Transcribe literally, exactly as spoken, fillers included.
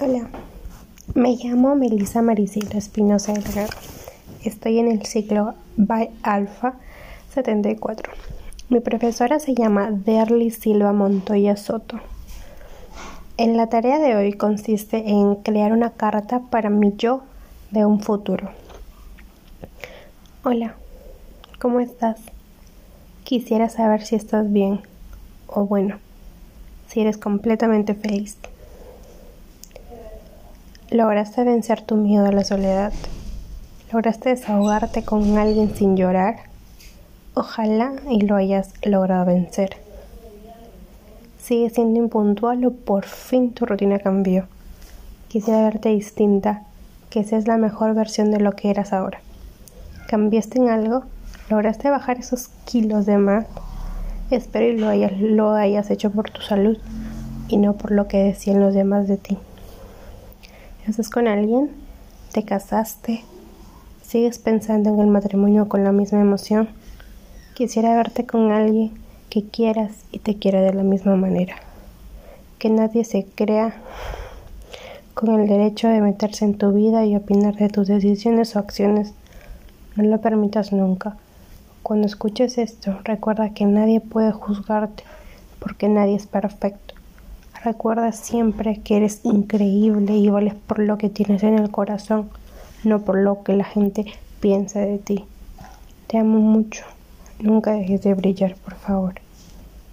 Hola, me llamo Melissa Maricela Espinosa Delgado. Estoy en el ciclo By Alpha setenta y cuatro. Mi profesora se llama Derly Silva Montoya Soto. En la tarea de hoy consiste en crear una carta para mi yo de un futuro. Hola, ¿cómo estás? Quisiera saber si estás bien, o bueno, si eres completamente feliz. ¿Lograste vencer tu miedo a la soledad? ¿Lograste desahogarte con alguien sin llorar? Ojalá y lo hayas logrado vencer. ¿Sigues siendo impuntual o por fin tu rutina cambió? Quisiera verte distinta, que seas la mejor versión de lo que eras ahora. ¿Cambiaste en algo? ¿Lograste bajar esos kilos de más? Espero y lo hayas, lo hayas hecho por tu salud y no por lo que decían los demás de ti. ¿Estás con alguien? ¿Te casaste? ¿Sigues pensando en el matrimonio con la misma emoción? Quisiera verte con alguien que quieras y te quiera de la misma manera. Que nadie se crea con el derecho de meterse en tu vida y opinar de tus decisiones o acciones. No lo permitas nunca. Cuando escuches esto, recuerda que nadie puede juzgarte porque nadie es perfecto. Recuerda siempre que eres increíble y vales por lo que tienes en el corazón, no por lo que la gente piensa de ti. Te amo mucho. Nunca dejes de brillar, por favor.